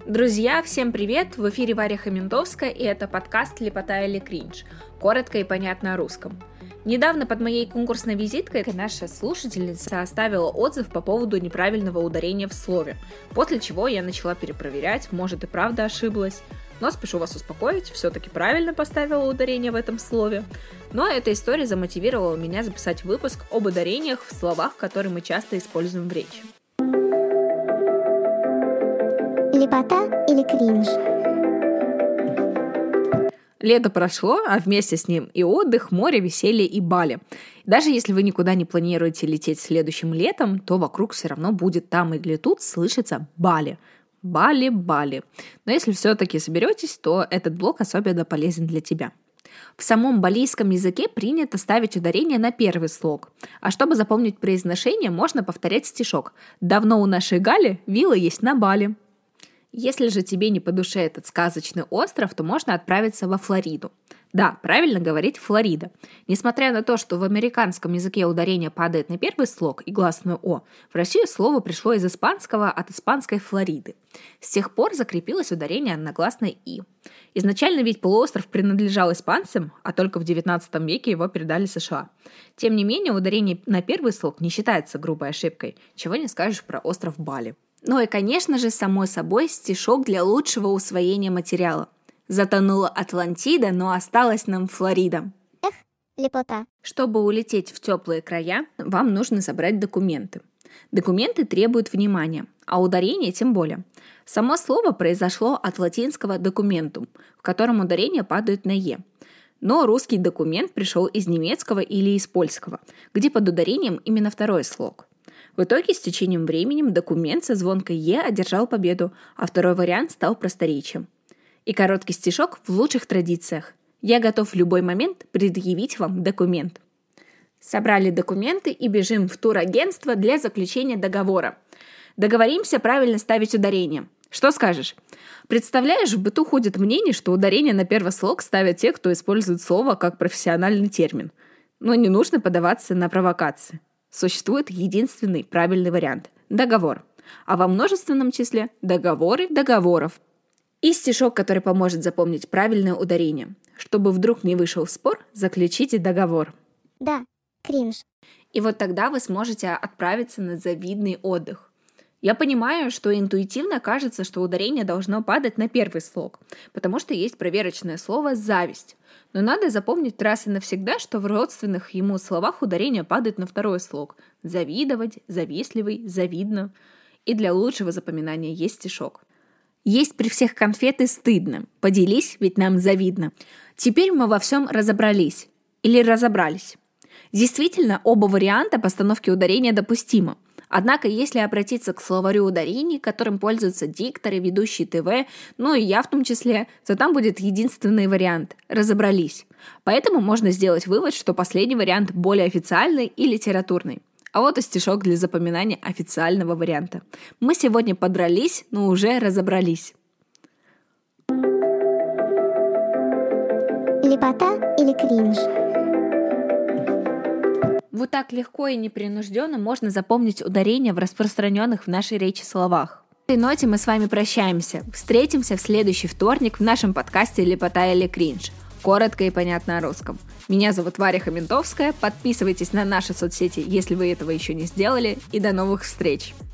Друзья, всем привет! В эфире Варя Хаментовская, и это подкаст «Лепота или кринж», коротко и понятно о русском. Недавно под моей конкурсной визиткой наша слушательница оставила отзыв по поводу неправильного ударения в слове, после чего я начала перепроверять, может и правда ошиблась. Но спешу вас успокоить, все-таки правильно поставила ударение в этом слове. Но эта история замотивировала меня записать выпуск об ударениях в словах, которые мы часто используем в речи. Лепота или кринж? Лето прошло, а вместе с ним и отдых, море, веселье и Бали. Даже если вы никуда не планируете лететь следующим летом, то вокруг все равно будет там или тут слышится Бали. Бали, Бали. Но если все-таки соберетесь, то этот блок особенно полезен для тебя. В самом балийском языке принято ставить ударение на первый слог. А чтобы запомнить произношение, можно повторять стишок. «Давно у нашей Гали вилла есть на Бали». Если же тебе не по душе этот сказочный остров, то можно отправиться во Флориду. Да, правильно говорить Флорида. Несмотря на то, что в американском языке ударение падает на первый слог и гласную «о», в Россию слово пришло из испанского от испанской Флориды. С тех пор закрепилось ударение на гласной «и». Изначально ведь полуостров принадлежал испанцам, а только в XIX веке его передали США. Тем не менее, ударение на первый слог не считается грубой ошибкой, чего не скажешь про остров Бали. Ну и, конечно же, самой собой стишок для лучшего усвоения материала. Затонула Атлантида, но осталась нам Флорида. Эх, лепота. Чтобы улететь в теплые края, вам нужно собрать документы. Документы требуют внимания, а ударение тем более. Само слово произошло от латинского «документум», в котором ударение падает на «е». Но русский документ пришел из немецкого или из польского, где под ударением именно второй слог. В итоге с течением времени документ со звонкой «е» одержал победу, а второй вариант стал просторечием. И короткий стишок в лучших традициях. Я готов в любой момент предъявить вам документ. Собрали документы и бежим в турагентство для заключения договора. Договоримся правильно ставить ударение. Что скажешь? Представляешь, в быту ходит мнение, что ударение на первый слог ставят те, кто использует слово как профессиональный термин. Но не нужно поддаваться на провокации. Существует единственный правильный вариант – договор, а во множественном числе – договоры договоров. И стишок, который поможет запомнить правильное ударение. Чтобы вдруг не вышел спор, заключите договор. Да, кринж. И вот тогда вы сможете отправиться на завидный отдых. Я понимаю, что интуитивно кажется, что ударение должно падать на первый слог, потому что есть проверочное слово «зависть». Но надо запомнить раз и навсегда, что в родственных ему словах ударение падает на второй слог. Завидовать, завистливый, завидно. И для лучшего запоминания есть стишок. Есть при всех конфеты стыдно. Поделись, ведь нам завидно. Теперь мы во всем разобрались. Или разобрались. Действительно, оба варианта постановки ударения допустимы. Однако, если обратиться к словарю ударений, которым пользуются дикторы, ведущие ТВ, ну и я в том числе, то там будет единственный вариант – разобрались. Поэтому можно сделать вывод, что последний вариант более официальный и литературный. А вот и стишок для запоминания официального варианта. Мы сегодня подрались, но уже разобрались. Лепота или кринж? Вот так легко и непринужденно можно запомнить ударения в распространенных в нашей речи словах. На этой ноте мы с вами прощаемся. Встретимся в следующий вторник в нашем подкасте «Лепота или кринж». Коротко и понятно о русском. Меня зовут Варя Хаментовская. Подписывайтесь на наши соцсети, если вы этого еще не сделали. И до новых встреч!